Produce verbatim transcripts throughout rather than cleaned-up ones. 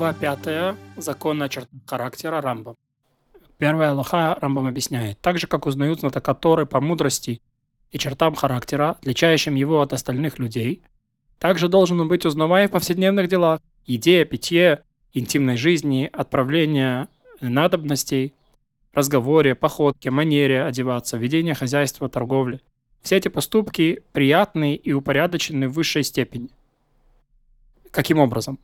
Глава пятая. Закон о чертах характера Рамбам. Первая алаха Рамбам объясняет. Так же, как узнают знатока Торы по мудрости и чертам характера, отличающим его от остальных людей, также должен он быть узнаваем в повседневных делах, еде, питье, интимной жизни, отправления надобностей, разговоре, походке, манере одеваться, ведении хозяйства, торговли. Все эти поступки приятны и упорядочены в высшей степени. Каким образом?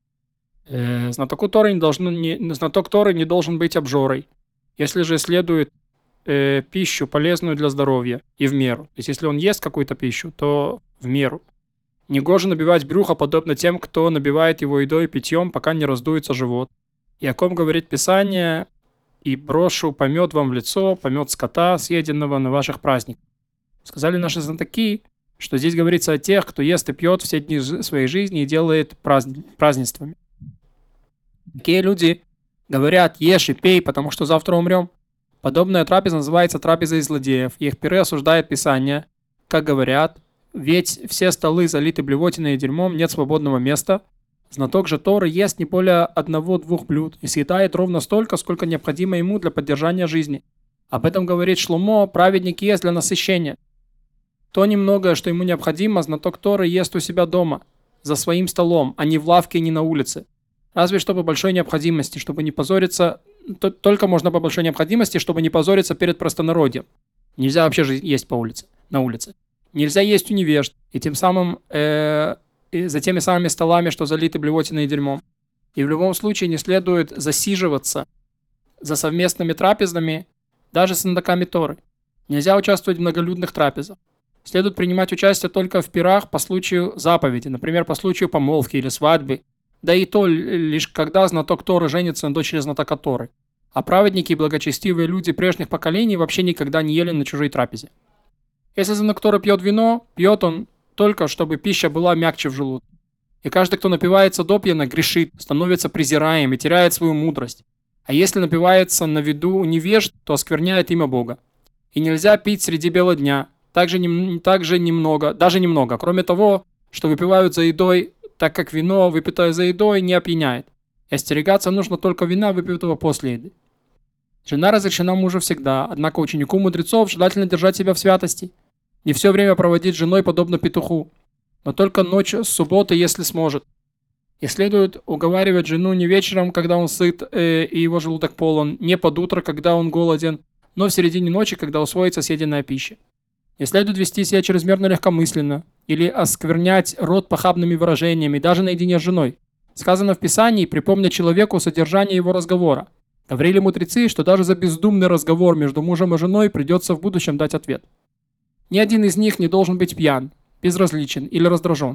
Э, знатоку Торы не должно, не, знаток Торы не должен быть обжорой. Если же следует э, пищу, полезную для здоровья, и в меру. То есть, если он ест какую-то пищу, то в меру. Негоже набивать брюхо, подобно тем, кто набивает его едой и питьем, пока не раздуется живот. И о ком говорит Писание: «И брошу помет вам в лицо, помет скота, съеденного на ваших праздниках». Сказали наши знатоки, что здесь говорится о тех, кто ест и пьет все дни своей жизни и делает праздни- празднествами. Такие люди говорят: ешь и пей, потому что завтра умрем. Подобная трапеза называется трапезой злодеев. Их пиры осуждает Писание, как говорят: ведь все столы залиты блевотиной и дерьмом, нет свободного места. Знаток же Торы ест не более одного-двух блюд и съедает ровно столько, сколько необходимо ему для поддержания жизни. Об этом говорит Шломо: праведник ест для насыщения. То немногое, что ему необходимо, знаток Торы ест у себя дома, за своим столом, а не в лавке и не на улице. Разве что по большой необходимости, чтобы не позориться, то, только можно по большой необходимости, чтобы не позориться перед простонародьем. Нельзя вообще же есть по улице, на улице. Нельзя есть у невежд, и тем самым, э, и за теми самыми столами, что залиты блевотиной и дерьмом. И в любом случае не следует засиживаться за совместными трапезами, даже с знатоками Торы. Нельзя участвовать в многолюдных трапезах. Следует принимать участие только в пирах по случаю заповеди, например, по случаю помолвки или свадьбы, да и то лишь когда знаток Торы женится на дочери знатока Торы. А праведники и благочестивые люди прежних поколений вообще никогда не ели на чужой трапезе. Если знаток Торы пьет вино, пьет он только, чтобы пища была мягче в желудке. И каждый, кто напивается допьяно, грешит, становится презираем и теряет свою мудрость. А если напивается на виду у невежд, то оскверняет имя Бога. И нельзя пить среди бела дня, также, нем, также немного, даже немного, кроме того, что выпивают за едой, так как вино, выпитое за едой, не опьяняет. И остерегаться нужно только вина, выпитого после еды. Жена разрешена мужу всегда, однако ученику мудрецов желательно держать себя в святости. Не все время проводить с женой подобно петуху, но только ночь с субботы, если сможет. И следует уговаривать жену не вечером, когда он сыт э, и его желудок полон, не под утро, когда он голоден, но в середине ночи, когда усвоится съеденная пища. Не следует вести себя чрезмерно легкомысленно или осквернять рот похабными выражениями, даже наедине с женой. Сказано в Писании: припомни человеку содержание его разговора. Говорили мудрецы, что даже за бездумный разговор между мужем и женой придется в будущем дать ответ. Ни один из них не должен быть пьян, безразличен или раздражен.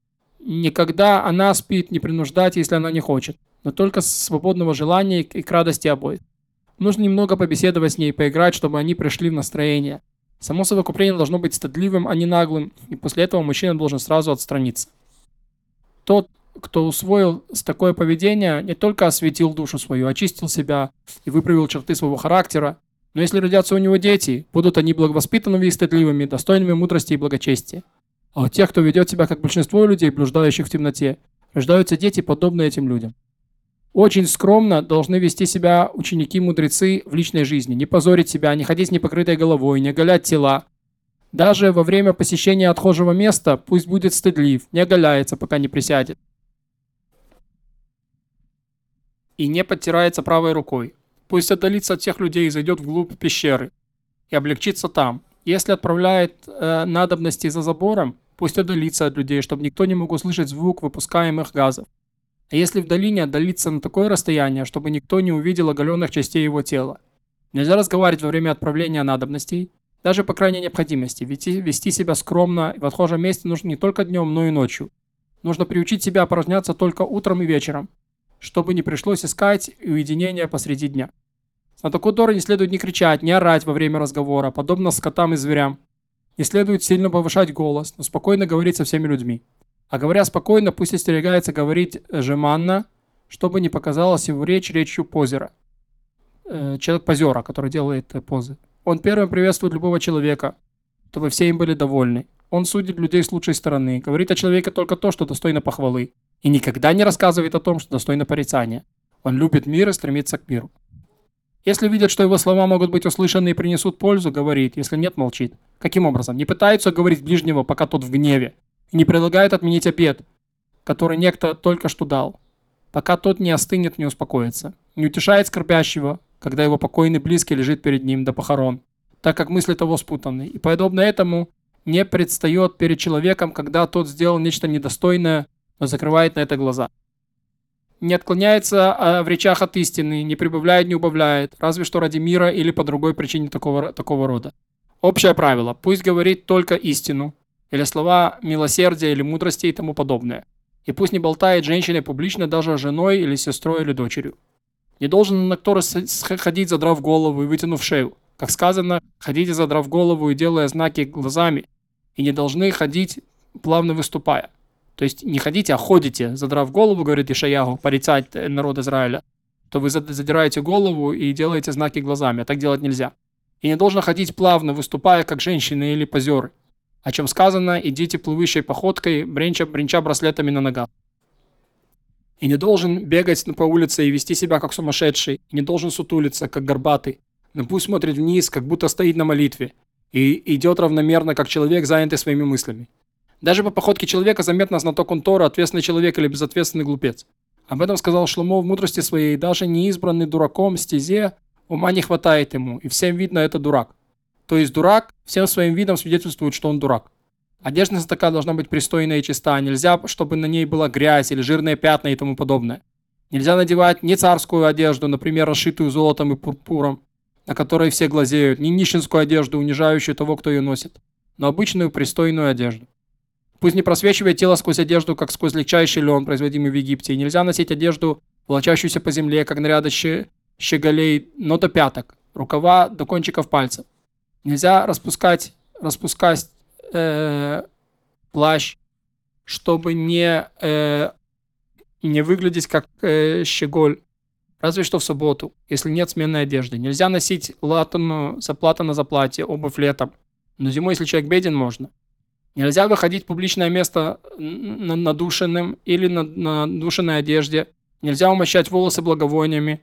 Никогда она спит не принуждать, если она не хочет, но только с свободного желания и к радости обоих. Нужно немного побеседовать с ней, поиграть, чтобы они пришли в настроение. Само совокупление должно быть стыдливым, а не наглым, и после этого мужчина должен сразу отстраниться. Тот, кто усвоил такое поведение, не только осветил душу свою, очистил себя и выправил черты своего характера, но если родятся у него дети, будут они благовоспитанными и стыдливыми, достойными мудрости и благочестия. А у тех, кто ведет себя как большинство людей, блуждающих в темноте, рождаются дети, подобные этим людям. Очень скромно должны вести себя ученики-мудрецы в личной жизни, не позорить себя, не ходить с непокрытой головой, не оголять тела. Даже во время посещения отхожего места пусть будет стыдлив, не оголяется, пока не присядет. И не подтирается правой рукой. Пусть отдалится от всех людей и зайдет вглубь пещеры и облегчится там. Если отправляет э, надобности за забором, пусть отдалится от людей, чтобы никто не мог услышать звук выпускаемых газов. А если в долине, отдалиться на такое расстояние, чтобы никто не увидел оголенных частей его тела. Нельзя разговаривать во время отправления надобностей, даже по крайней необходимости. Вести, вести себя скромно и в отхожем месте нужно не только днем, но и ночью. Нужно приучить себя опорожняться только утром и вечером, чтобы не пришлось искать уединения посреди дня. Знатоку Торы не следует не кричать, не орать во время разговора, подобно скотам и зверям. Не следует сильно повышать голос, но спокойно говорить со всеми людьми. А говоря спокойно, пусть остерегается говорить жеманно, чтобы не показалась его речь речью позера. Э, человек-позера, который делает э, позы. Он первым приветствует любого человека, чтобы все им были довольны. Он судит людей с лучшей стороны, говорит о человеке только то, что достойно похвалы. и никогда не рассказывает о том, что достойно порицания. Он любит мир и стремится к миру. Если видит, что его слова могут быть услышаны и принесут пользу, говорит, если нет, молчит. Каким образом? Не пытается говорить ближнего, пока тот в гневе, и не предлагает отменить обет, который некто только что дал, пока тот не остынет, не успокоится. Не утешает скорбящего, когда его покойный близкий лежит перед ним до похорон, так как мысли того спутаны, и подобно этому не предстает перед человеком, когда тот сделал нечто недостойное, но закрывает на это глаза. Не отклоняется а, в речах от истины, не прибавляет, не убавляет, разве что ради мира или по другой причине такого, такого рода. Общее правило: пусть говорит только истину, или слова милосердия или мудрости и тому подобное. И пусть не болтает женщиной публично даже женой или сестрой или дочерью. Не должен на кто ходить, задрав голову и вытянув шею. Как сказано, ходите, задрав голову и делая знаки глазами, и не должны ходить, плавно выступая. То есть не ходите, а ходите, задрав голову, говорит Ишаяху, порицать народ Израиля, то вы задираете голову и делаете знаки глазами, а так делать нельзя. И не должно ходить плавно, выступая, как женщины или позеры. О чем сказано, идите плывущей походкой, бренча, бренча браслетами на ногах. И не должен бегать по улице и вести себя, как сумасшедший, и не должен сутулиться, как горбатый, но пусть смотрит вниз, как будто стоит на молитве, и идет равномерно, как человек, занятый своими мыслями. Даже по походке человека заметно, знаток он Тора, ответственный человек или безответственный глупец. Об этом сказал Шломо в мудрости своей: даже неизбранный дураком стезе ума не хватает ему, и всем видно, это дурак. То есть дурак всем своим видом свидетельствует, что он дурак. Одежда знатока должна быть пристойная и чиста, нельзя, чтобы на ней была грязь или жирные пятна и тому подобное. Нельзя надевать не царскую одежду, например, расшитую золотом и пурпуром, на которой все глазеют, не нищенскую одежду, унижающую того, кто ее носит, но обычную пристойную одежду. Пусть не просвечивает тело сквозь одежду, как сквозь легчайший лен, производимый в Египте, и нельзя носить одежду, волочащуюся по земле, как наряды щеголей, но до пяток, рукава до кончиков пальцев. Нельзя распускать, распускать э, плащ, чтобы не, э, не выглядеть как э, щеголь, разве что в субботу, если нет сменной одежды. Нельзя носить латану, заплата на заплате, обувь летом, но зимой, если человек беден, можно. Нельзя выходить в публичное место надушенным или на надушенной одежде. Нельзя умощать волосы благовониями,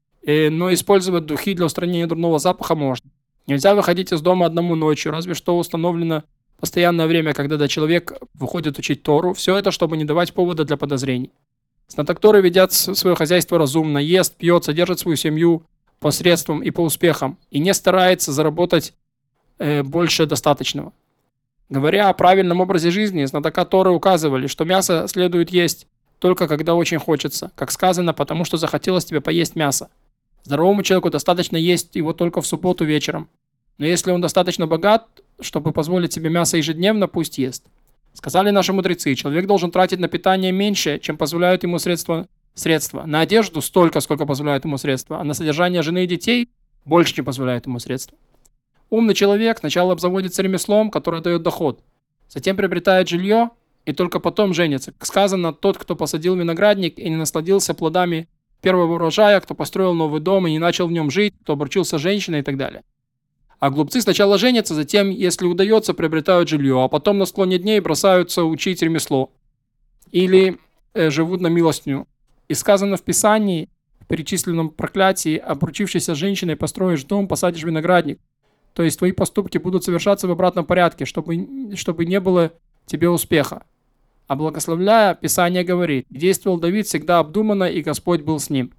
но использовать духи для устранения дурного запаха можно. Нельзя выходить из дома одному ночью, разве что установлено постоянное время, когда человек выходит учить Тору. Все это, чтобы не давать повода для подозрений. Знаток Торы ведет свое хозяйство разумно, ест, пьет, содержит свою семью по средствам и по успехам, и не старается заработать э, больше достаточного. Говоря о правильном образе жизни, знатока Торы указывали, что мясо следует есть только когда очень хочется, как сказано, потому что захотелось тебе поесть мясо. Здоровому человеку достаточно есть его только в субботу вечером. Но если он достаточно богат, чтобы позволить себе мясо ежедневно, пусть ест. Сказали наши мудрецы, человек должен тратить на питание меньше, чем позволяют ему средства, средства. На одежду столько, сколько позволяют ему средства, а на содержание жены и детей больше, чем позволяют ему средства. Умный человек сначала обзаводится ремеслом, которое дает доход, затем приобретает жилье и только потом женится. Как сказано, тот, кто посадил виноградник и не насладился плодами первого урожая, кто построил новый дом и не начал в нем жить, кто обручился женщиной и так далее. А глупцы сначала женятся, затем, если удается, приобретают жилье, а потом на склоне дней бросаются учить ремесло или э, живут на милостыню. И сказано в Писании, в перечисленном проклятии: обручившейся женщиной построишь дом, посадишь виноградник. То есть твои поступки будут совершаться в обратном порядке, чтобы, чтобы не было тебе успеха. А благословляя, Писание говорит: действовал Давид всегда обдуманно, и Господь был с ним.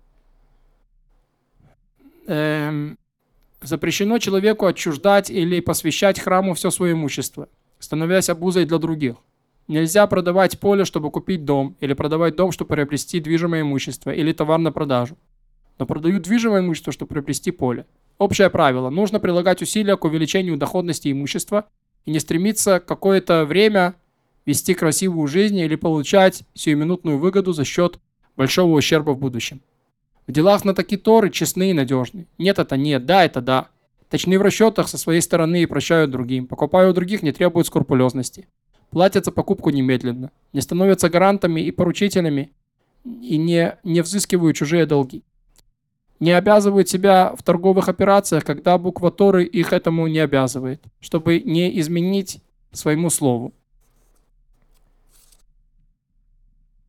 Эм, запрещено человеку отчуждать или посвящать храму все свое имущество, становясь обузой для других. Нельзя продавать поле, чтобы купить дом, или продавать дом, чтобы приобрести движимое имущество, или товар на продажу. Но продают движимое имущество, чтобы приобрести поле. Общее правило: нужно прилагать усилия к увеличению доходности имущества и не стремиться какое-то время вести красивую жизнь или получать сиюминутную выгоду за счет большого ущерба в будущем. В делах знатоки Торы честны и надежны. Нет, это нет, да, это да. Точны в расчетах со своей стороны и прощают другим. Покупая у других, не требуют скрупулезности. Платят за покупку немедленно. Не становятся гарантами и поручителями и не, не взыскивают чужие долги. Не обязывают себя в торговых операциях, когда буква Торы их этому не обязывает, чтобы не изменить своему слову.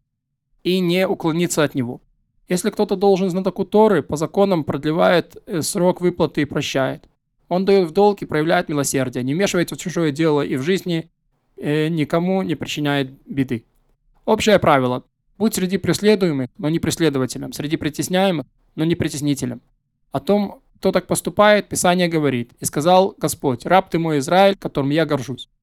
и не уклониться от него. Если кто-то должен знатоку Торы, по законам продлевает э, срок выплаты и прощает. Он дает в долг и проявляет милосердие, не вмешивается в чужое дело и в жизни э, никому не причиняет беды. Общее правило. Будь среди преследуемых, но не преследователем, среди притесняемых, но не притеснителем. О том, кто так поступает, Писание говорит: «И сказал Господь: раб ты мой Израиль, которым я горжусь».